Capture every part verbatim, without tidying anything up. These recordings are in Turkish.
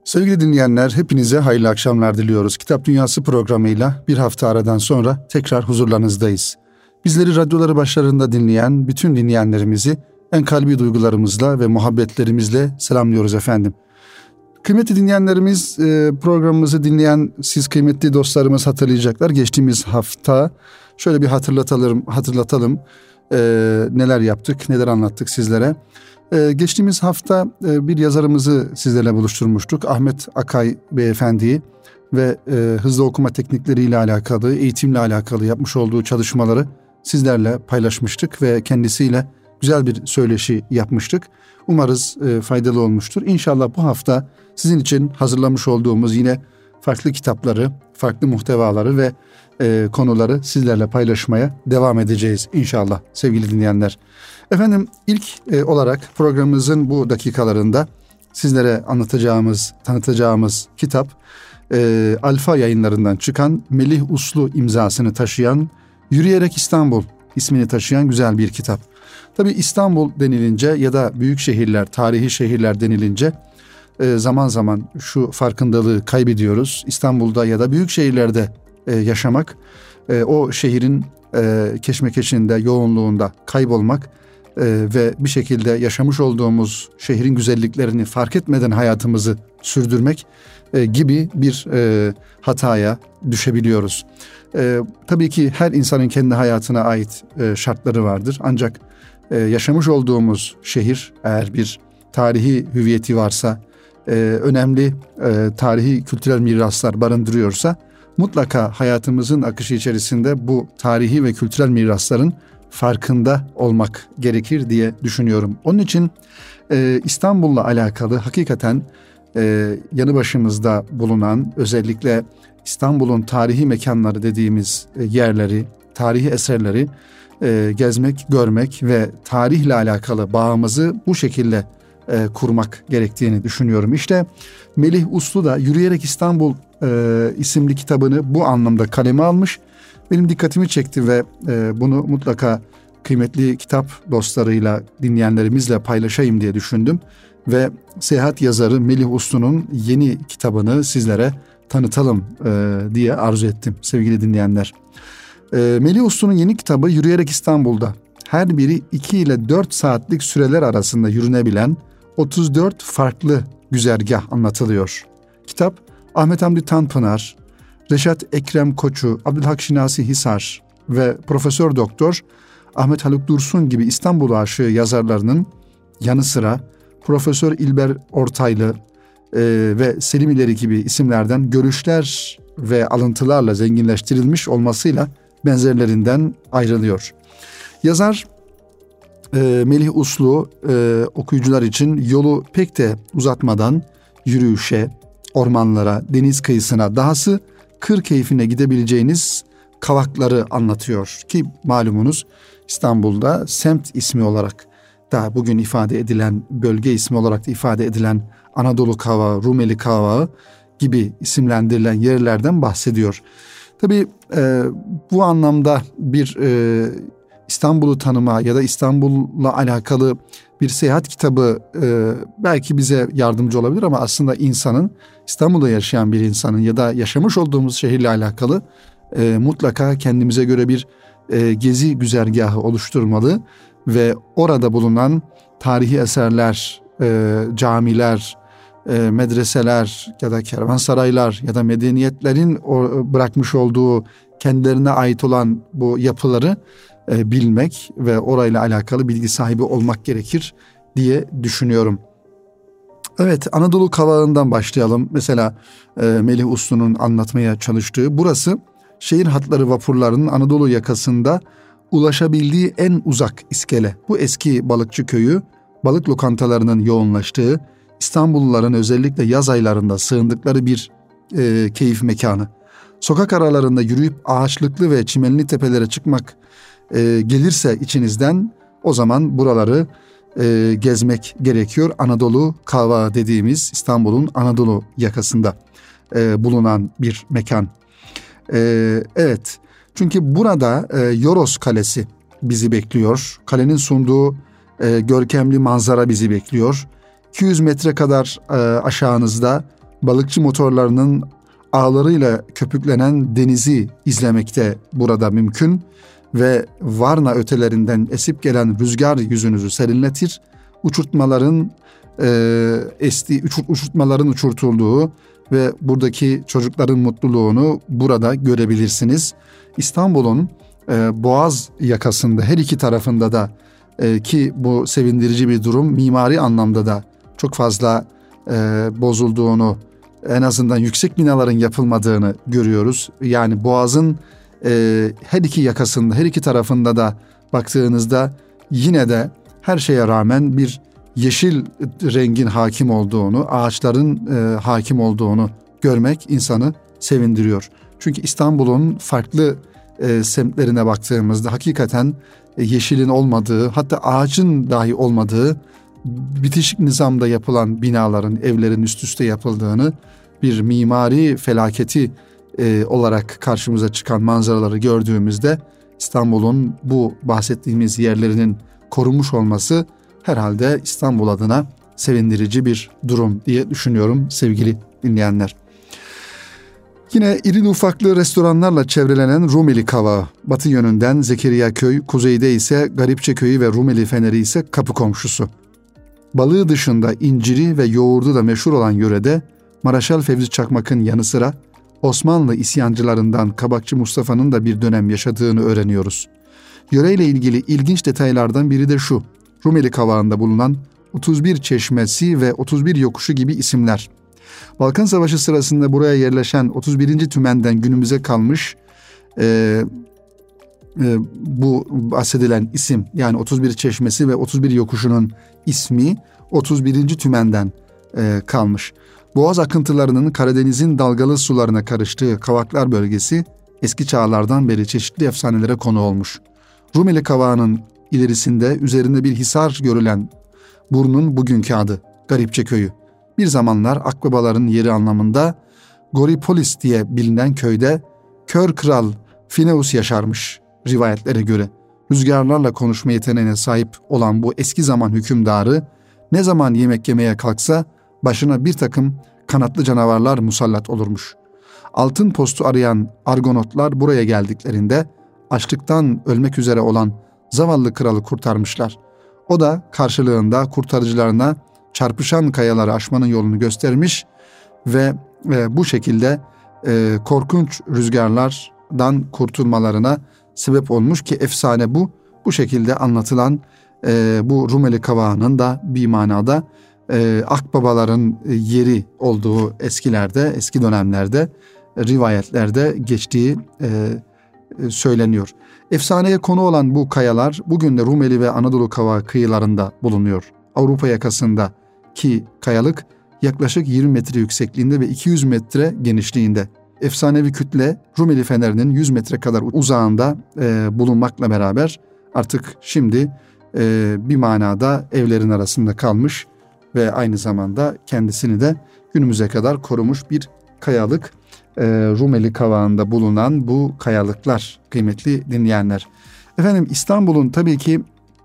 Sevgili dinleyenler, hepinize hayırlı akşamlar diliyoruz. Kitap Dünyası programıyla bir hafta aradan sonra tekrar huzurlarınızdayız. Bizleri radyoları başlarında dinleyen bütün dinleyenlerimizi en kalbi duygularımızla ve muhabbetlerimizle selamlıyoruz efendim. Kıymetli dinleyenlerimiz, programımızı dinleyen siz kıymetli dostlarımız hatırlayacaklar. Geçtiğimiz hafta şöyle bir hatırlatalım, hatırlatalım e, neler yaptık, neler anlattık sizlere. Ee, geçtiğimiz hafta e, bir yazarımızı sizlerle buluşturmuştuk. Ahmet Akay Beyefendi'yi ve e, hızlı okuma teknikleriyle alakalı, eğitimle alakalı yapmış olduğu çalışmaları sizlerle paylaşmıştık ve kendisiyle güzel bir söyleşi yapmıştık. Umarız e, faydalı olmuştur. İnşallah bu hafta sizin için hazırlamış olduğumuz yine farklı kitapları, farklı muhtevaları ve e, konuları sizlerle paylaşmaya devam edeceğiz inşallah sevgili dinleyenler. Efendim ilk e, olarak programımızın bu dakikalarında sizlere anlatacağımız, tanıtacağımız kitap e, Alfa Yayınlarından çıkan Melih Uslu imzasını taşıyan Yürüyerek İstanbul ismini taşıyan güzel bir kitap. Tabii İstanbul denilince ya da büyük şehirler, tarihi şehirler denilince e, zaman zaman şu farkındalığı kaybediyoruz. İstanbul'da ya da büyük şehirlerde e, yaşamak, e, o şehrin e, keşmekeşinde, yoğunluğunda kaybolmak Ee, ve bir şekilde yaşamış olduğumuz şehrin güzelliklerini fark etmeden hayatımızı sürdürmek e, gibi bir e, hataya düşebiliyoruz. E, tabii ki her insanın kendi hayatına ait e, şartları vardır. Ancak e, yaşamış olduğumuz şehir eğer bir tarihi hüviyeti varsa, e, önemli e, tarihi kültürel miraslar barındırıyorsa, mutlaka hayatımızın akışı içerisinde bu tarihi ve kültürel mirasların farkında olmak gerekir diye düşünüyorum. Onun için e, İstanbul'la alakalı hakikaten e, yanı başımızda bulunan, özellikle İstanbul'un tarihi mekanları dediğimiz e, yerleri, tarihi eserleri e, gezmek, görmek ve tarihle alakalı bağımızı bu şekilde e, kurmak gerektiğini düşünüyorum. İşte Melih Uslu da Yürüyerek İstanbul e, isimli kitabını bu anlamda kaleme almış. Benim dikkatimi çekti ve e, bunu mutlaka kıymetli kitap dostlarıyla, dinleyenlerimizle paylaşayım diye düşündüm. Ve seyahat yazarı Melih Uslu'nun yeni kitabını sizlere tanıtalım e, diye arzu ettim sevgili dinleyenler. E, Melih Uslu'nun yeni kitabı Yürüyerek İstanbul'da. Her biri iki ile dört saatlik süreler arasında yürünebilen otuz dört farklı güzergah anlatılıyor. Kitap Ahmet Hamdi Tanpınar, Reşat Ekrem Koçu, Abdülhak Şinasi Hisar ve Profesör Doktor Ahmet Haluk Dursun gibi İstanbul aşığı yazarlarının yanı sıra Profesör İlber Ortaylı e, ve Selim İleri gibi isimlerden görüşler ve alıntılarla zenginleştirilmiş olmasıyla benzerlerinden ayrılıyor. Yazar e, Melih Uslu e, okuyucular için yolu pek de uzatmadan yürüyüşe, ormanlara, deniz kıyısına, dahası kır keyfine gidebileceğiniz kavakları anlatıyor ki malumunuz İstanbul'da semt ismi olarak da bugün ifade edilen, bölge ismi olarak da ifade edilen Anadolu Kavağı, Rumeli Kavağı gibi isimlendirilen yerlerden bahsediyor. Tabii e, bu anlamda bir e, İstanbul'u tanıma ya da İstanbul'la alakalı bir seyahat kitabı e, belki bize yardımcı olabilir ama aslında insanın, İstanbul'da yaşayan bir insanın ya da yaşamış olduğumuz şehirle alakalı e, mutlaka kendimize göre bir e, gezi güzergahı oluşturmalı ve orada bulunan tarihi eserler, e, camiler, e, medreseler ya da kervansaraylar ya da medeniyetlerin o, bırakmış olduğu kendilerine ait olan bu yapıları e, bilmek ve orayla alakalı bilgi sahibi olmak gerekir diye düşünüyorum. Evet, Anadolu Kavağı'ndan başlayalım. Mesela e, Melih Uslu'nun anlatmaya çalıştığı burası şehir hatları vapurlarının Anadolu yakasında ulaşabildiği en uzak iskele. Bu eski balıkçı köyü, balık lokantalarının yoğunlaştığı, İstanbulluların özellikle yaz aylarında sığındıkları bir e, keyif mekanı. Sokak aralarında yürüyüp ağaçlıklı ve çimenli tepelere çıkmak e, gelirse içinizden, o zaman buraları e, gezmek gerekiyor. Anadolu Kavağı dediğimiz İstanbul'un Anadolu yakasında e, bulunan bir mekan. E, evet, çünkü burada e, Yoros Kalesi bizi bekliyor. Kalenin sunduğu e, görkemli manzara bizi bekliyor. iki yüz metre kadar e, aşağınızda balıkçı motorlarının ağlarıyla köpüklenen denizi izlemekte burada mümkün ve Varna ötelerinden esip gelen rüzgar yüzünüzü serinletir. Uçurtmaların e, esti, uçur, uçurtmaların uçurtulduğu ve buradaki çocukların mutluluğunu burada görebilirsiniz. İstanbul'un e, Boğaz yakasında her iki tarafında da e, ki bu sevindirici bir durum, mimari anlamda da çok fazla e, bozulduğunu, en azından yüksek binaların yapılmadığını görüyoruz. Yani Boğaz'ın e, her iki yakasında, her iki tarafında da baktığınızda yine de her şeye rağmen bir yeşil rengin hakim olduğunu, ağaçların e, hakim olduğunu görmek insanı sevindiriyor. Çünkü İstanbul'un farklı e, semtlerine baktığımızda hakikaten e, yeşilin olmadığı, hatta ağacın dahi olmadığı, bitişik nizamda yapılan binaların, evlerin üst üste yapıldığını, bir mimari felaketi e, olarak karşımıza çıkan manzaraları gördüğümüzde İstanbul'un bu bahsettiğimiz yerlerinin korunmuş olması herhalde İstanbul adına sevindirici bir durum diye düşünüyorum sevgili dinleyenler. Yine irili ufaklı restoranlarla çevrelenen Rumeli Kavağı, batı yönünden Zekeriyaköy, kuzeyde ise Garipçeköy'ü ve Rumeli Feneri ise kapı komşusu. Balığı dışında inciri ve yoğurdu da meşhur olan yörede Maraşal Fevzi Çakmak'ın yanı sıra Osmanlı isyancılarından Kabakçı Mustafa'nın da bir dönem yaşadığını öğreniyoruz. Yöreyle ilgili ilginç detaylardan biri de şu: Rumeli Kavağı'nda bulunan otuz bir çeşmesi ve otuz bir yokuşu gibi isimler. Balkan Savaşı sırasında buraya yerleşen otuz birinci tümenden günümüze kalmış e, e, bu bahsedilen isim, yani otuz bir çeşmesi ve otuz bir yokuşunun ismi otuz birinci tümenden e, kalmış. Boğaz akıntılarının Karadeniz'in dalgalı sularına karıştığı Kavaklar bölgesi eski çağlardan beri çeşitli efsanelere konu olmuş. Rumeli Kavağı'nın ilerisinde üzerinde bir hisar görülen burnun bugünkü adı Garipçeköy'ü. Bir zamanlar akbabaların yeri anlamında Goripolis diye bilinen köyde Kör Kral Fineus yaşarmış rivayetlere göre. Rüzgarlarla konuşma yeteneğine sahip olan bu eski zaman hükümdarı ne zaman yemek yemeye kalksa başına bir takım kanatlı canavarlar musallat olurmuş. Altın postu arayan Argonotlar buraya geldiklerinde açlıktan ölmek üzere olan zavallı kralı kurtarmışlar. O da karşılığında kurtarıcılarına çarpışan kayaları aşmanın yolunu göstermiş ve e, bu şekilde e, korkunç rüzgarlardan kurtulmalarına sebep olmuş ki efsane bu. Bu şekilde anlatılan e, bu Rumeli Kavağı'nın da bir manada e, akbabaların yeri olduğu eskilerde, eski dönemlerde, e, rivayetlerde geçtiği e, e, söyleniyor. Efsaneye konu olan bu kayalar bugün de Rumeli ve Anadolu Kavağı kıyılarında bulunuyor. Avrupa yakasındaki kayalık yaklaşık yirmi metre yüksekliğinde ve iki yüz metre genişliğinde. Efsanevi kütle Rumeli Feneri'nin yüz metre kadar uzağında e, bulunmakla beraber artık şimdi e, bir manada evlerin arasında kalmış ve aynı zamanda kendisini de günümüze kadar korumuş bir kayalık. E, Rumeli Kavağı'nda bulunan bu kayalıklar kıymetli dinleyenler. Efendim İstanbul'un tabii ki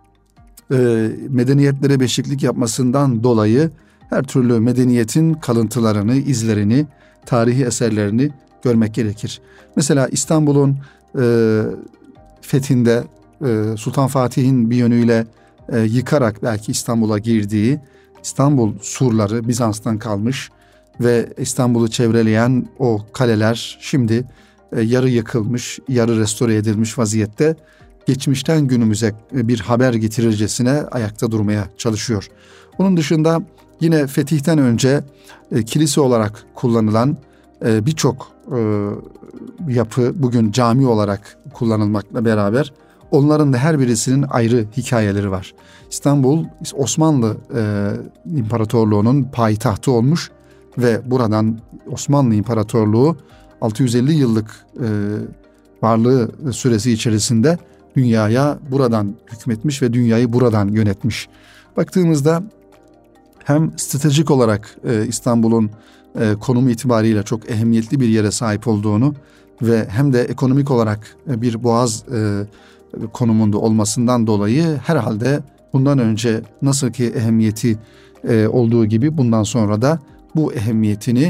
e, medeniyetlere beşiklik yapmasından dolayı her türlü medeniyetin kalıntılarını, izlerini, tarihi eserlerini görmek gerekir. Mesela İstanbul'un e, fethinde e, Sultan Fatih'in bir yönüyle e, yıkarak belki İstanbul'a girdiği İstanbul surları Bizans'tan kalmış ve İstanbul'u çevreleyen o kaleler şimdi e, yarı yıkılmış, yarı restore edilmiş vaziyette geçmişten günümüze bir haber getirircesine ayakta durmaya çalışıyor. Bunun dışında yine fetihten önce e, kilise olarak kullanılan e, birçok e, yapı bugün cami olarak kullanılmakla beraber onların da her birisinin ayrı hikayeleri var. İstanbul Osmanlı e, İmparatorluğu'nun payitahtı olmuş ve buradan Osmanlı İmparatorluğu altı yüz elli yıllık e, varlığı süresi içerisinde dünyaya buradan hükmetmiş ve dünyayı buradan yönetmiş. Baktığımızda hem stratejik olarak e, İstanbul'un e, konumu itibariyle çok ehemmiyetli bir yere sahip olduğunu ve hem de ekonomik olarak bir boğaz e, konumunda olmasından dolayı herhalde bundan önce nasıl ki ehemmiyeti e, olduğu gibi bundan sonra da bu ehemmiyetini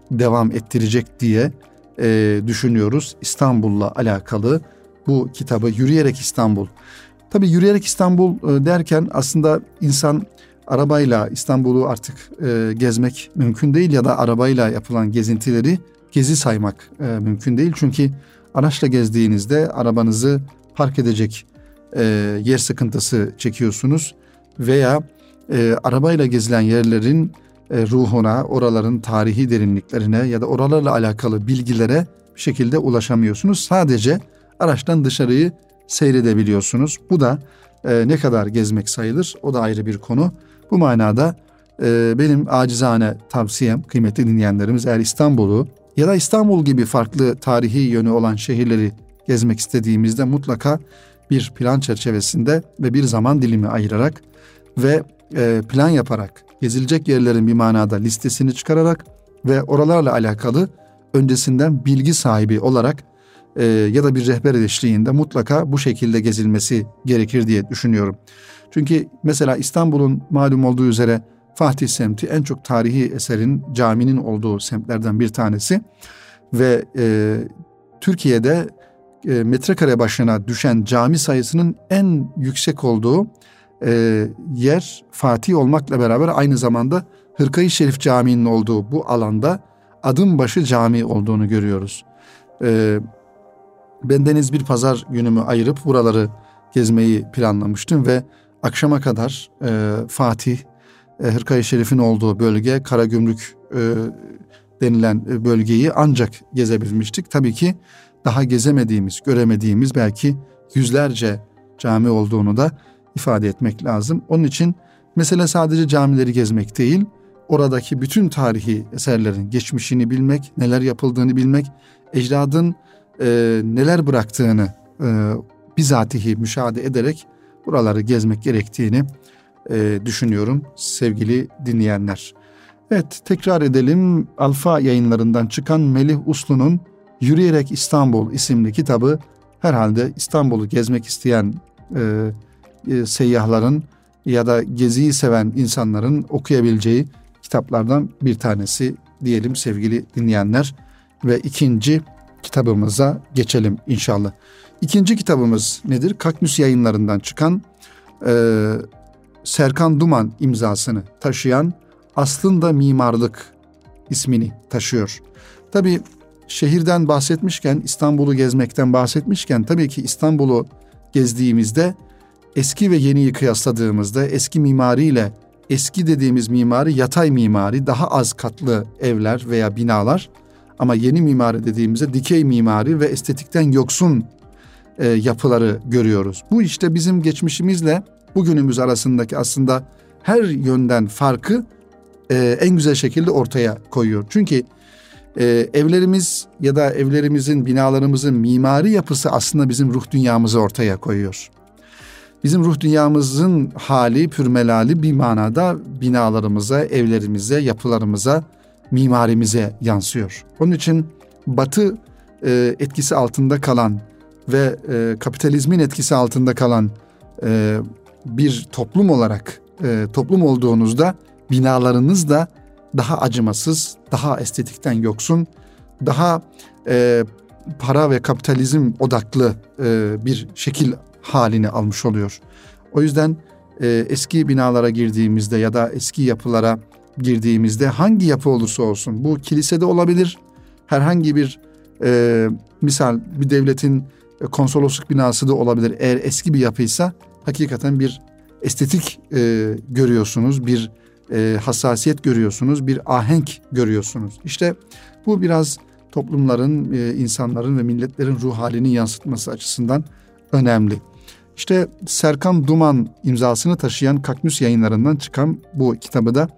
devam ettirecek diye e, düşünüyoruz. İstanbul'la alakalı bu kitabı Yürüyerek İstanbul. Tabii Yürüyerek İstanbul e, derken aslında insan arabayla İstanbul'u artık e, gezmek mümkün değil ya da arabayla yapılan gezintileri gezi saymak e, mümkün değil. Çünkü araçla gezdiğinizde arabanızı park edecek e, yer sıkıntısı çekiyorsunuz veya e, arabayla gezilen yerlerin e, ruhuna, oraların tarihi derinliklerine ya da oralarla alakalı bilgilere bir şekilde ulaşamıyorsunuz. Sadece araçtan dışarıyı seyredebiliyorsunuz. Bu da e, ne kadar gezmek sayılır? O da ayrı bir konu. Bu manada e, benim acizane tavsiyem kıymetli dinleyenlerimiz, eğer İstanbul'u ya da İstanbul gibi farklı tarihi yönü olan şehirleri gezmek istediğimizde mutlaka bir plan çerçevesinde ve bir zaman dilimi ayırarak ve e, plan yaparak, gezilecek yerlerin bir manada listesini çıkararak ve oralarla alakalı öncesinden bilgi sahibi olarak e, ya da bir rehber eşliğinde mutlaka bu şekilde gezilmesi gerekir diye düşünüyorum. Çünkü mesela İstanbul'un malum olduğu üzere Fatih semti en çok tarihi eserin, caminin olduğu semtlerden bir tanesi ve e, Türkiye'de e, metrekare başına düşen cami sayısının en yüksek olduğu e, yer Fatih olmakla beraber aynı zamanda Hırkayı Şerif Camii'nin olduğu bu alanda adım başı cami olduğunu görüyoruz. E, bendeniz bir pazar günümü ayırıp buraları gezmeyi planlamıştım ve akşama kadar e, Fatih, e, Hırkayı Şerif'in olduğu bölge, Karagümrük e, denilen bölgeyi ancak gezebilmiştik. Tabii ki daha gezemediğimiz, göremediğimiz belki yüzlerce cami olduğunu da ifade etmek lazım. Onun için mesele sadece camileri gezmek değil, oradaki bütün tarihi eserlerin geçmişini bilmek, neler yapıldığını bilmek, ecdadın e, neler bıraktığını e, bizatihi müşahede ederek buraları gezmek gerektiğini e, düşünüyorum sevgili dinleyenler. Evet, tekrar edelim. Alfa Yayınlarından çıkan Melih Uslu'nun Yürüyerek İstanbul isimli kitabı herhalde İstanbul'u gezmek isteyen e, e, seyyahların ya da geziyi seven insanların okuyabileceği kitaplardan bir tanesi diyelim sevgili dinleyenler. Ve ikinci kitabımıza geçelim inşallah. İkinci kitabımız nedir? Kaknüs Yayınlarından çıkan e, Serkan Duman imzasını taşıyan Aslında Mimarlık ismini taşıyor. Tabii şehirden bahsetmişken, İstanbul'u gezmekten bahsetmişken tabii ki İstanbul'u gezdiğimizde eski ve yeniyi kıyasladığımızda eski mimariyle, eski dediğimiz mimari yatay mimari, daha az katlı evler veya binalar, ama yeni mimari dediğimizde dikey mimari ve estetikten yoksun e, yapıları görüyoruz. Bu işte bizim geçmişimizle bugünümüz arasındaki aslında her yönden farkı e, en güzel şekilde ortaya koyuyor. Çünkü e, evlerimiz ya da evlerimizin, binalarımızın mimari yapısı aslında bizim ruh dünyamızı ortaya koyuyor. Bizim ruh dünyamızın hali, pürmelali bir manada binalarımıza, evlerimize, yapılarımıza, mimarimize yansıyor. Onun için Batı e, etkisi altında kalan ve e, kapitalizmin etkisi altında kalan e, bir toplum olarak e, toplum olduğunuzda binalarınız da daha acımasız, daha estetikten yoksun, daha e, para ve kapitalizm odaklı e, bir şekil halini almış oluyor. O yüzden e, eski binalara girdiğimizde ya da eski yapılara girdiğimizde hangi yapı olursa olsun, bu kilisede olabilir, herhangi bir e, misal bir devletin konsolosluk binası da olabilir. Eğer eski bir yapıysa hakikaten bir estetik e, görüyorsunuz, bir e, hassasiyet görüyorsunuz, bir ahenk görüyorsunuz. İşte bu biraz toplumların, e, insanların ve milletlerin ruh halini yansıtması açısından önemli. İşte Serkan Duman imzasını taşıyan Kaknüs Yayınlarından çıkan bu kitabı da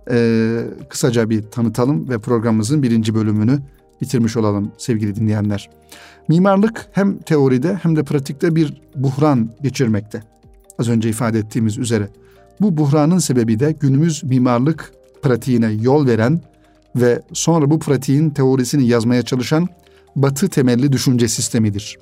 e, kısaca bir tanıtalım ve programımızın birinci bölümünü bitirmiş olalım sevgili dinleyenler. Mimarlık hem teoride hem de pratikte bir buhran geçirmekte. Az önce ifade ettiğimiz üzere. Bu buhranın sebebi de günümüz mimarlık pratiğine yol veren ve sonra bu pratiğin teorisini yazmaya çalışan Batı temelli düşünce sistemidir.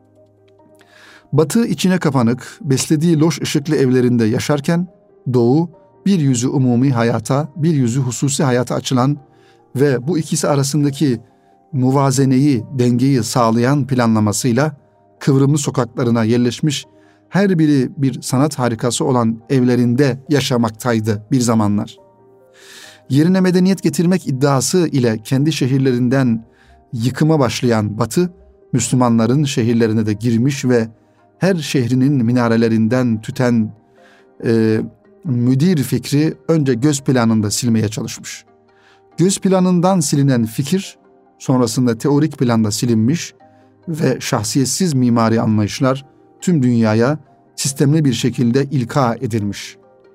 Batı içine kapanık, beslediği loş ışıklı evlerinde yaşarken Doğu bir yüzü umumi hayata, bir yüzü hususi hayata açılan ve bu ikisi arasındaki muvazeneyi, dengeyi sağlayan planlamasıyla kıvrımlı sokaklarına yerleşmiş, her biri bir sanat harikası olan evlerinde yaşamaktaydı bir zamanlar. Yerine medeniyet getirmek iddiası ile kendi şehirlerinden yıkıma başlayan Batı, Müslümanların şehirlerine de girmiş ve her şehrinin minarelerinden tüten e, müdir fikri önce göz planında silmeye çalışmış. Göz planından silinen fikir sonrasında teorik planda silinmiş ve şahsiyetsiz mimari anlayışlar tüm dünyaya sistemli bir şekilde ilka edilmiş.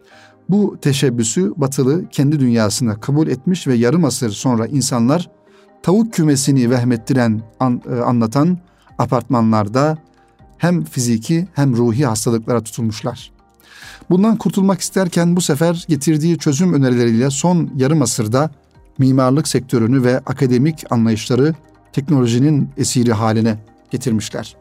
Bu teşebbüsü Batılı kendi dünyasına kabul etmiş ve yarım asır sonra insanlar tavuk kümesini vehmettiren, an, e, anlatan apartmanlarda hem fiziki hem ruhi hastalıklara tutulmuşlar. Bundan kurtulmak isterken bu sefer getirdiği çözüm önerileriyle son yarım asırda mimarlık sektörünü ve akademik anlayışları teknolojinin esiri haline getirmişler.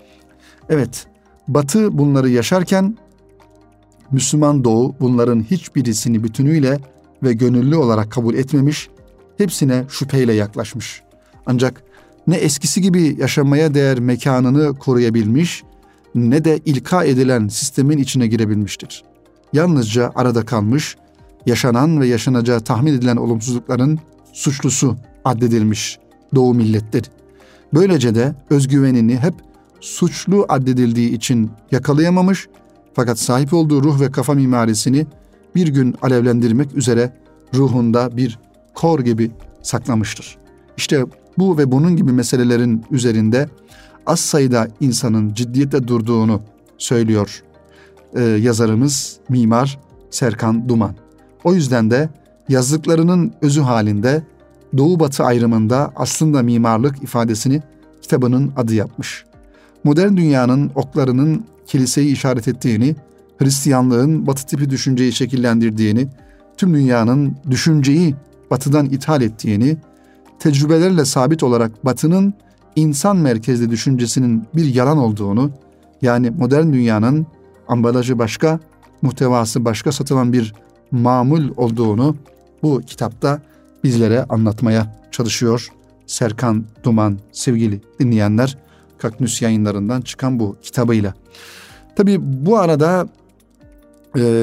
Evet, Batı bunları yaşarken Müslüman Doğu bunların hiçbirisini bütünüyle ve gönüllü olarak kabul etmemiş, hepsine şüpheyle yaklaşmış. Ancak ne eskisi gibi yaşamaya değer mekanını koruyabilmiş, ne de ilka edilen sistemin içine girebilmiştir. Yalnızca arada kalmış, yaşanan ve yaşanacağı tahmin edilen olumsuzlukların suçlusu addedilmiş Doğu milletleri. Böylece de özgüvenini hep suçlu addedildiği için yakalayamamış, fakat sahip olduğu ruh ve kafa mimarisini bir gün alevlendirmek üzere ruhunda bir kor gibi saklamıştır. İşte bu ve bunun gibi meselelerin üzerinde az sayıda insanın ciddiyetle durduğunu söylüyor ee, yazarımız mimar Serkan Duman. O yüzden de yazdıklarının özü halinde Doğu-Batı ayrımında aslında mimarlık ifadesini kitabının adı yapmış. Modern dünyanın oklarının kiliseyi işaret ettiğini, Hristiyanlığın Batı tipi düşünceyi şekillendirdiğini, tüm dünyanın düşünceyi Batı'dan ithal ettiğini, tecrübelerle sabit olarak Batı'nın insan merkezli düşüncesinin bir yalan olduğunu, yani modern dünyanın ambalajı başka, muhtevası başka satılan bir mamul olduğunu bu kitapta bizlere anlatmaya çalışıyor Serkan Duman sevgili dinleyenler, Kaknüs Yayınlarından çıkan bu kitabıyla. Tabii bu arada e, e,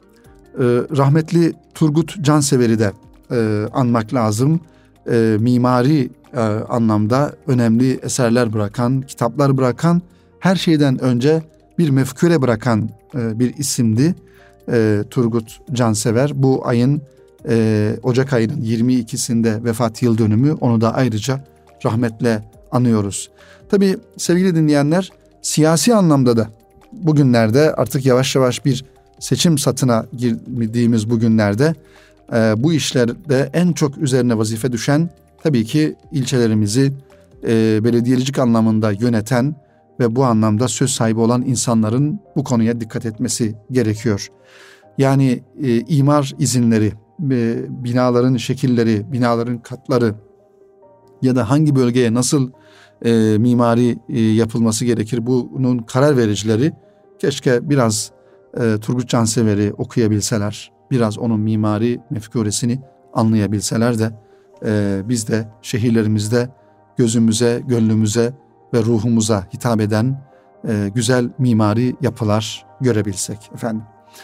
rahmetli Turgut Cansever'i de e, anmak lazım. E, mimari e, anlamda önemli eserler bırakan, kitaplar bırakan, her şeyden önce bir mefkure bırakan e, bir isimdi e, Turgut Cansever. Bu ayın e, Ocak ayının yirmi ikisinde vefat yıl dönümü, onu da ayrıca rahmetle anıyoruz. Tabii sevgili dinleyenler, siyasi anlamda da bugünlerde artık yavaş yavaş bir seçim satına girdiğimiz bu günlerde e, bu işlerde en çok üzerine vazife düşen tabii ki ilçelerimizi e, belediyecilik anlamında yöneten ve bu anlamda söz sahibi olan insanların bu konuya dikkat etmesi gerekiyor. Yani e, imar izinleri, e, binaların şekilleri, binaların katları ya da hangi bölgeye nasıl e, mimari e, yapılması gerekir, bunun karar vericileri keşke biraz e, Turgut Cansever'i okuyabilseler, biraz onun mimari mefkuresini anlayabilseler de e, biz de şehirlerimizde gözümüze, gönlümüze ve ruhumuza hitap eden e, güzel mimari yapılar görebilsek efendim.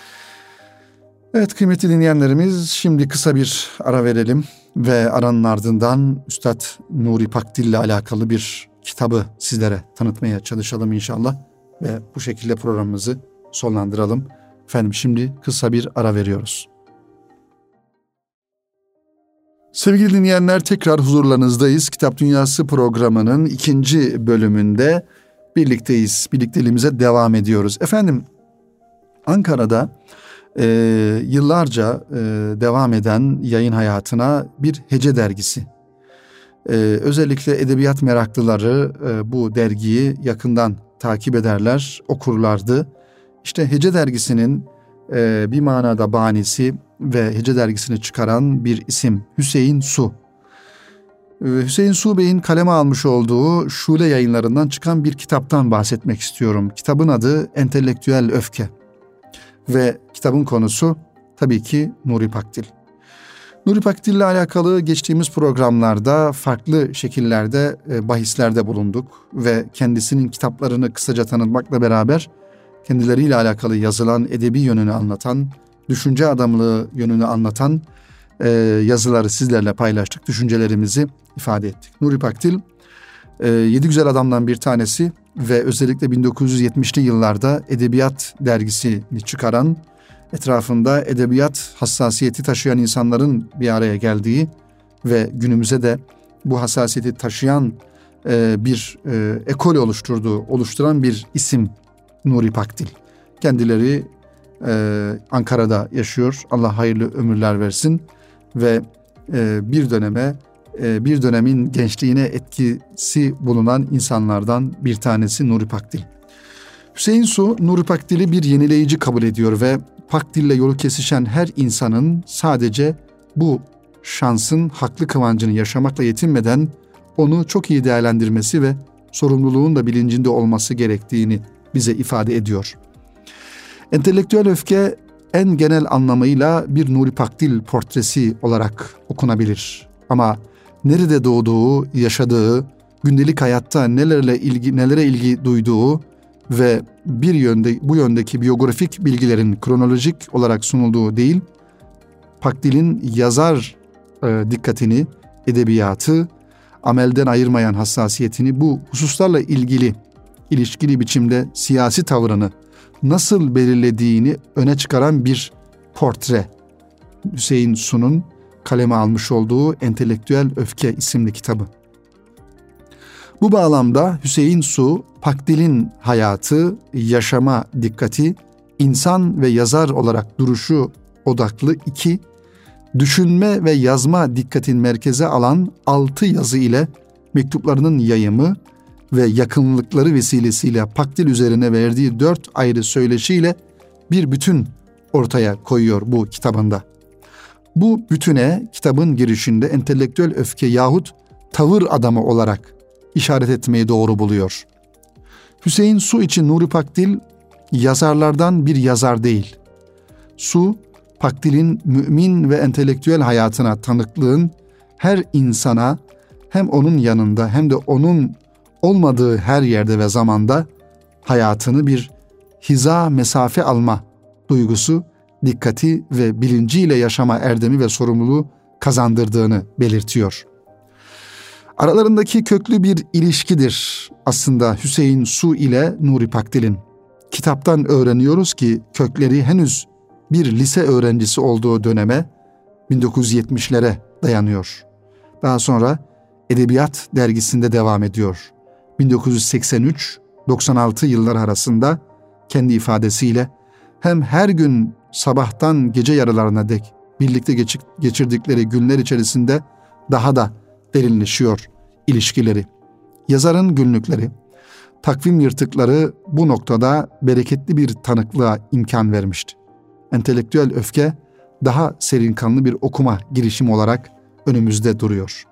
Evet kıymetli dinleyenlerimiz, şimdi kısa bir ara verelim ve aranın ardından Üstad Nuri Pakdil ile alakalı bir kitabı sizlere tanıtmaya çalışalım inşallah ve bu şekilde programımızı sonlandıralım. Efendim şimdi kısa bir ara veriyoruz. Sevgili dinleyenler, tekrar huzurlarınızdayız. Kitap Dünyası programının ikinci bölümünde birlikteyiz. Birlikteliğimize devam ediyoruz. Efendim Ankara'da e, yıllarca e, devam eden yayın hayatına bir Hece dergisi. E, özellikle edebiyat meraklıları e, bu dergiyi yakından takip ederler, okurlardı. İşte Hece dergisinin e, bir manada banisi ve Hece dergisini çıkaran bir isim Hüseyin Su. Ee, Hüseyin Su Bey'in kaleme almış olduğu Şule Yayınlarından çıkan bir kitaptan bahsetmek istiyorum. Kitabın adı Entelektüel Öfke ve kitabın konusu tabii ki Nuri Pakdil. Nuri Pakdil ile alakalı geçtiğimiz programlarda farklı şekillerde e, bahislerde bulunduk ve kendisinin kitaplarını kısaca tanıtmakla beraber kendileriyle alakalı yazılan edebi yönünü anlatan, düşünce adamlığı yönünü anlatan e, yazıları sizlerle paylaştık, düşüncelerimizi ifade ettik. Nuri Pakdil e, Yedi Güzel Adam'dan bir tanesi ve özellikle bin dokuz yüz yetmişli yıllarda Edebiyat dergisini çıkaran, etrafında edebiyat hassasiyeti taşıyan insanların bir araya geldiği ve günümüze de bu hassasiyeti taşıyan e, bir e, ekol oluşturduğu, oluşturan bir isim Nuri Pakdil. Kendileri e, Ankara'da yaşıyor. Allah hayırlı ömürler versin ve e, bir döneme, e, bir dönemin gençliğine etkisi bulunan insanlardan bir tanesi Nuri Pakdil. Hüseyin Su, Nuri Pakdil'i bir yenileyici kabul ediyor ve Pakdil'le yolu kesişen her insanın sadece bu şansın haklı kıvancını yaşamakla yetinmeden onu çok iyi değerlendirmesi ve sorumluluğun da bilincinde olması gerektiğini bize ifade ediyor. Entelektüel öfke en genel anlamıyla bir Nuri Pakdil portresi olarak okunabilir. Ama nerede doğduğu, yaşadığı, gündelik hayatta nelerle ilgi, nelere ilgi duyduğu ve bir yönde bu yöndeki biyografik bilgilerin kronolojik olarak sunulduğu değil, Pakdil'in yazar e, dikkatini, edebiyatı, amelden ayırmayan hassasiyetini, bu hususlarla ilgili ilişkili biçimde siyasi tavrını nasıl belirlediğini öne çıkaran bir portre. Hüseyin Su'nun kaleme almış olduğu Entelektüel Öfke isimli kitabı. Bu bağlamda Hüseyin Su, Pakdil'in hayatı, yaşama dikkati, insan ve yazar olarak duruşu odaklı iki, düşünme ve yazma dikkatin merkeze alan altı yazı ile mektuplarının yayımı ve yakınlıkları vesilesiyle Pakdil üzerine verdiği dört ayrı söyleşiyle bir bütün ortaya koyuyor bu kitabında. Bu bütüne kitabın girişinde entelektüel öfke yahut tavır adamı olarak işaret etmeyi doğru buluyor. Hüseyin Su için Nuri Pakdil yazarlardan bir yazar değil. Su, Pakdil'in mümin ve entelektüel hayatına tanıklığın her insana hem onun yanında hem de onun olmadığı her yerde ve zamanda hayatını bir hiza mesafe alma duygusu, dikkati ve bilinciyle yaşama erdemi ve sorumluluğu kazandırdığını belirtiyor. Aralarındaki köklü bir ilişkidir aslında Hüseyin Su ile Nuri Pakdil'in. Kitaptan öğreniyoruz ki kökleri henüz bir lise öğrencisi olduğu döneme bin dokuz yüz yetmişlere dayanıyor. Daha sonra Edebiyat dergisinde devam ediyor. bin dokuz yüz seksen üç doksan altı yılları arasında kendi ifadesiyle hem her gün sabahtan gece yarılarına dek birlikte geçirdikleri günler içerisinde daha da derinleşiyor ilişkileri. Yazarın günlükleri, takvim yırtıkları bu noktada bereketli bir tanıklığa imkan vermişti. Entelektüel öfke daha serinkanlı bir okuma girişimi olarak önümüzde duruyor.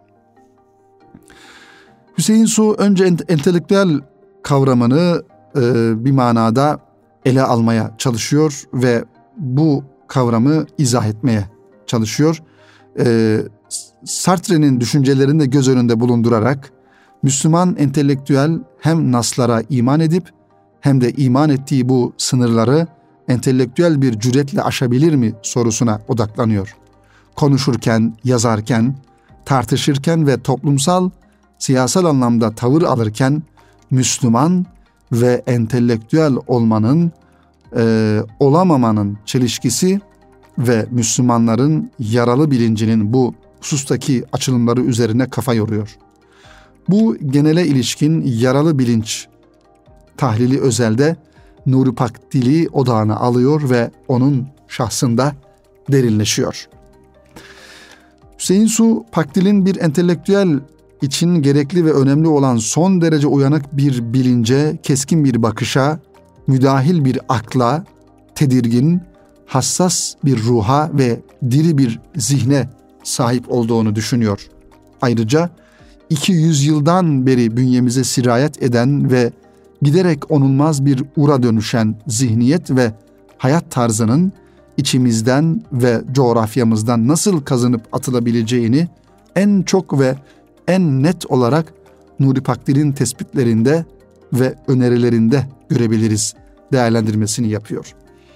Hüseyin Su önce entelektüel kavramını e, bir manada ele almaya çalışıyor ve bu kavramı izah etmeye çalışıyor. E, Sartre'nin düşüncelerini de göz önünde bulundurarak Müslüman entelektüel hem naslara iman edip hem de iman ettiği bu sınırları entelektüel bir cüretle aşabilir mi sorusuna odaklanıyor. Konuşurken, yazarken, tartışırken ve toplumsal, siyasal anlamda tavır alırken Müslüman ve entelektüel olmanın, e, olamamanın çelişkisi ve Müslümanların yaralı bilincinin bu husustaki açılımları üzerine kafa yoruyor. Bu genele ilişkin yaralı bilinç tahlili özelde Nuri Pakdil'i odağına alıyor ve onun şahsında derinleşiyor. Hüseyin Su, Pakdil'in bir entelektüel için gerekli ve önemli olan son derece uyanık bir bilince, keskin bir bakışa, müdahil bir akla, tedirgin, hassas bir ruha ve diri bir zihne sahip olduğunu düşünüyor. Ayrıca iki yüz yıldan beri bünyemize sirayet eden ve giderek onulmaz bir ura dönüşen zihniyet ve hayat tarzının içimizden ve coğrafyamızdan nasıl kazınıp atılabileceğini en çok ve en net olarak Nuri Pakdil'in tespitlerinde ve önerilerinde görebiliriz değerlendirmesini yapıyor.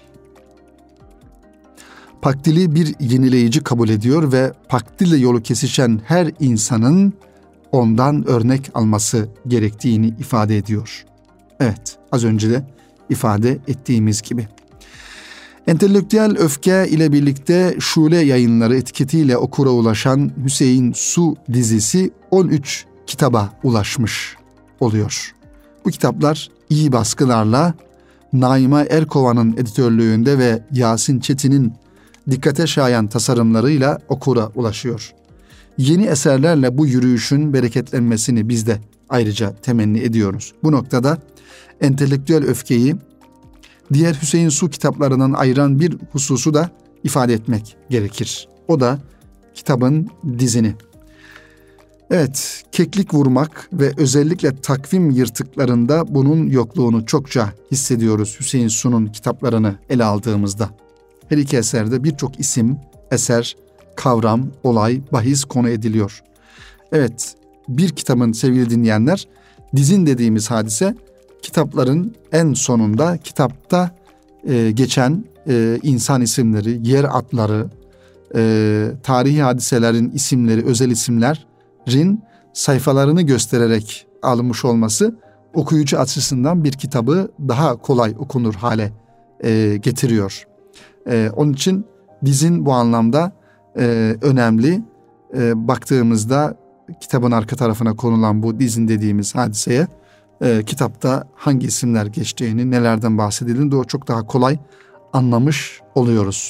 Pakdil'i bir yenileyici kabul ediyor ve Pakdil'le yolu kesişen her insanın ondan örnek alması gerektiğini ifade ediyor. Evet, az önce de ifade ettiğimiz gibi. Entelektüel öfke ile birlikte Şule Yayınları etiketiyle okura ulaşan Hüseyin Su dizisi on üç kitaba ulaşmış oluyor. Bu kitaplar iyi baskılarla Naime Erkova'nın editörlüğünde ve Yasin Çetin'in dikkate şayan tasarımlarıyla okura ulaşıyor. Yeni eserlerle bu yürüyüşün bereketlenmesini biz de ayrıca temenni ediyoruz. Bu noktada entelektüel öfkeyi diğer Hüseyin Su kitaplarından ayıran bir hususu da ifade etmek gerekir. O da kitabın dizini. Evet, keklik vurmak ve özellikle takvim yırtıklarında bunun yokluğunu çokça hissediyoruz Hüseyin Su'nun kitaplarını ele aldığımızda. Her iki eserde birçok isim, eser, kavram, olay, bahis konu ediliyor. Evet, bir kitabın sevgili dinleyenler, dizin dediğimiz hadise kitapların en sonunda kitapta e, geçen e, insan isimleri, yer adları, e, tarihi hadiselerin isimleri, özel isimlerin sayfalarını göstererek alınmış olması okuyucu açısından bir kitabı daha kolay okunur hale e, getiriyor. E, onun için dizin bu anlamda e, önemli. E, baktığımızda kitabın arka tarafına konulan bu dizin dediğimiz hadiseye e, kitapta hangi isimler geçtiğini, nelerden bahsedildiğini de o çok daha kolay anlamış oluyoruz.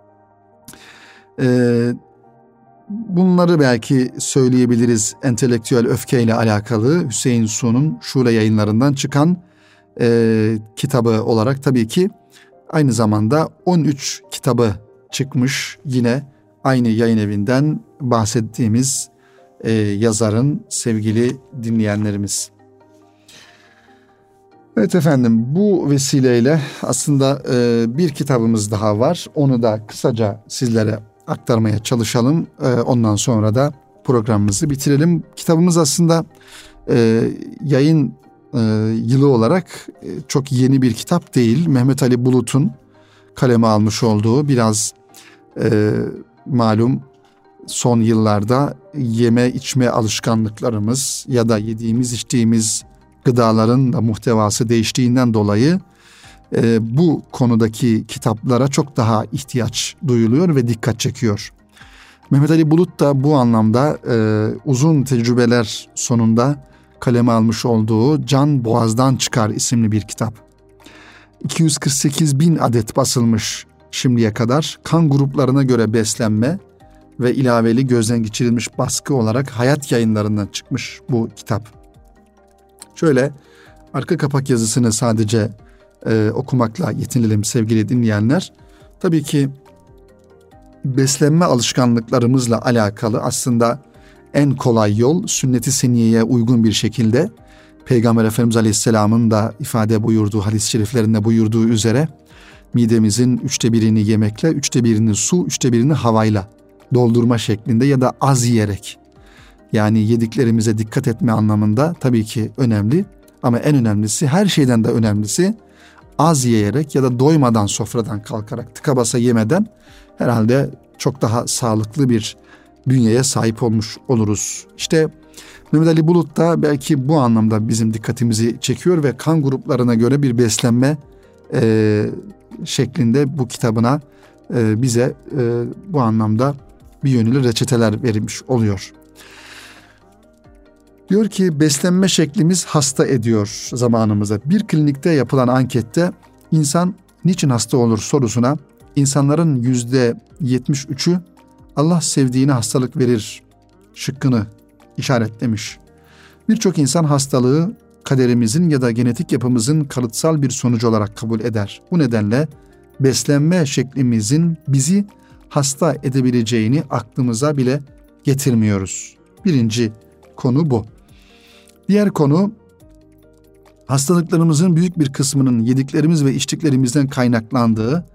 E, bunları belki söyleyebiliriz entelektüel öfkeyle alakalı Hüseyin Su'nun Şule Yayınlarından çıkan e, kitabı olarak. Tabii ki aynı zamanda on üç kitabı çıkmış yine aynı yayın evinden bahsettiğimiz e, yazarın sevgili dinleyenlerimiz. Evet efendim, bu vesileyle aslında e, bir kitabımız daha var. Onu da kısaca sizlere aktarmaya çalışalım. E, ondan sonra da programımızı bitirelim. Kitabımız aslında e, yayın e, yılı olarak e, çok yeni bir kitap değil. Mehmet Ali Bulut'un kaleme almış olduğu, biraz e, malum son yıllarda yeme içme alışkanlıklarımız ya da yediğimiz içtiğimiz gıdaların da muhtevası değiştiğinden dolayı e, bu konudaki kitaplara çok daha ihtiyaç duyuluyor ve dikkat çekiyor. Mehmet Ali Bulut da bu anlamda e, uzun tecrübeler sonunda kaleme almış olduğu Can Boğaz'dan Çıkar isimli bir kitap. iki yüz kırk sekiz bin adet basılmış şimdiye kadar. Kan gruplarına göre beslenme ve ilaveli gözden geçirilmiş baskı olarak Hayat Yayınlarından çıkmış bu kitap. Şöyle arka kapak yazısını sadece e, okumakla yetinelim sevgili dinleyenler. Tabii ki beslenme alışkanlıklarımızla alakalı aslında en kolay yol sünnet-i seniyeye uygun bir şekilde Peygamber Efendimiz Aleyhisselam'ın da ifade buyurduğu, hadis-i şeriflerinde buyurduğu üzere midemizin üçte birini yemekle, üçte birini su, üçte birini havayla doldurma şeklinde ya da az yiyerek, yani yediklerimize dikkat etme anlamında tabii ki önemli. Ama en önemlisi, her şeyden de önemlisi, az yiyerek ya da doymadan sofradan kalkarak, tıka basa yemeden herhalde çok daha sağlıklı bir bünyeye sahip olmuş oluruz. İşte Mehmet Ali Bulut da belki bu anlamda bizim dikkatimizi çekiyor ve kan gruplarına göre bir beslenme e, şeklinde bu kitabına e, bize e, bu anlamda bir yönlü reçeteler verilmiş oluyor. Diyor ki beslenme şeklimiz hasta ediyor zamanımıza. Bir klinikte yapılan ankette insan niçin hasta olur sorusuna insanların yüzde yetmiş üçü Allah sevdiğine hastalık verir şıkkını işaretlemiş. Birçok insan hastalığı kaderimizin ya da genetik yapımızın kalıtsal bir sonucu olarak kabul eder. Bu nedenle beslenme şeklimizin bizi hasta edebileceğini aklımıza bile getirmiyoruz. Birinci konu bu. Diğer konu, hastalıklarımızın büyük bir kısmının yediklerimiz ve içtiklerimizden kaynaklandığı,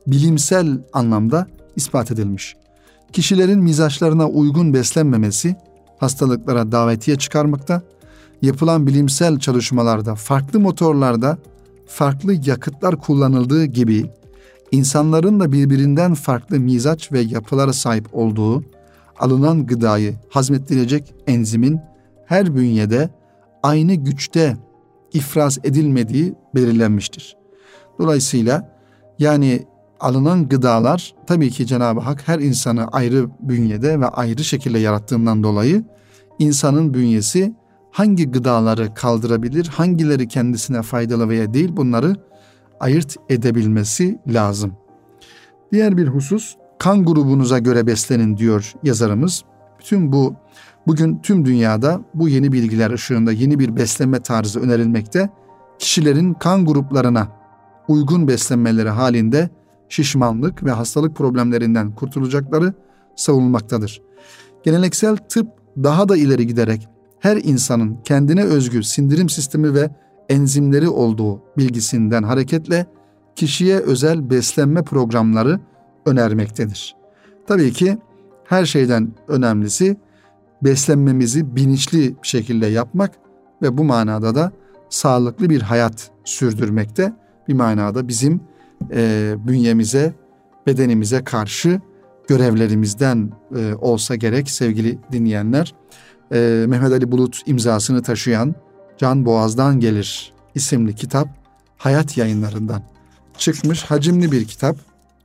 bilimsel anlamda ispat edilmiş. Kişilerin mizaçlarına uygun beslenmemesi hastalıklara davetiye çıkarmakta. Yapılan bilimsel çalışmalarda farklı motorlarda farklı yakıtlar kullanıldığı gibi insanların da birbirinden farklı mizaç ve yapılara sahip olduğu, alınan gıdayı hazmettirecek enzimin her bünyede aynı güçte ifraz edilmediği belirlenmiştir. Dolayısıyla yani alınan gıdalar, tabii ki Cenab-ı Hak her insanı ayrı bünyede ve ayrı şekilde yarattığından dolayı insanın bünyesi hangi gıdaları kaldırabilir, hangileri kendisine faydalı veya değil, bunları ayırt edebilmesi lazım. Diğer bir husus, kan grubunuza göre beslenin diyor yazarımız. Bütün bu bugün tüm dünyada bu yeni bilgiler ışığında yeni bir beslenme tarzı önerilmekte. Kişilerin kan gruplarına uygun beslenmeleri halinde şişmanlık ve hastalık problemlerinden kurtulacakları savunulmaktadır. Geleneksel tıp daha da ileri giderek her insanın kendine özgü sindirim sistemi ve enzimleri olduğu bilgisinden hareketle kişiye özel beslenme programları önermektedir. Tabii ki her şeyden önemlisi beslenmemizi bilinçli bir şekilde yapmak ve bu manada da sağlıklı bir hayat sürdürmekte. Bir manada bizim e, bünyemize, bedenimize karşı görevlerimizden e, olsa gerek sevgili dinleyenler. E, Mehmet Ali Bulut imzasını taşıyan Can Boğaz'dan Gelir isimli kitap Hayat Yayınlarından çıkmış hacimli bir kitap.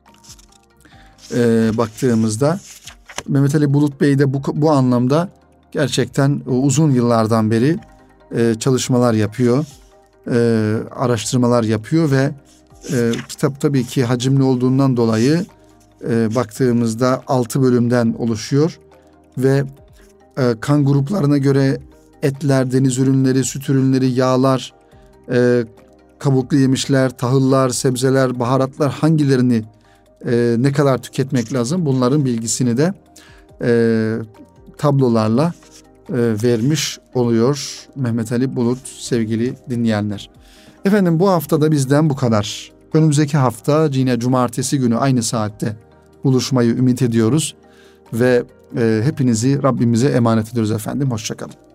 E, baktığımızda Mehmet Ali Bulut Bey de bu, bu anlamda gerçekten uzun yıllardan beri e, çalışmalar yapıyor, e, araştırmalar yapıyor ve e, kitap tabii ki hacimli olduğundan dolayı e, baktığımızda altı bölümden oluşuyor ve e, kan gruplarına göre etler, deniz ürünleri, süt ürünleri, yağlar, e, kabuklu yemişler, tahıllar, sebzeler, baharatlar hangilerini e, ne kadar tüketmek lazım, bunların bilgisini de e, tablolarla e, vermiş oluyor Mehmet Ali Bulut sevgili dinleyenler. Efendim bu haftada bizden bu kadar. Önümüzdeki hafta yine cumartesi günü aynı saatte buluşmayı ümit ediyoruz ve e, hepinizi Rabbimize emanet ediyoruz efendim. Hoşça kalın.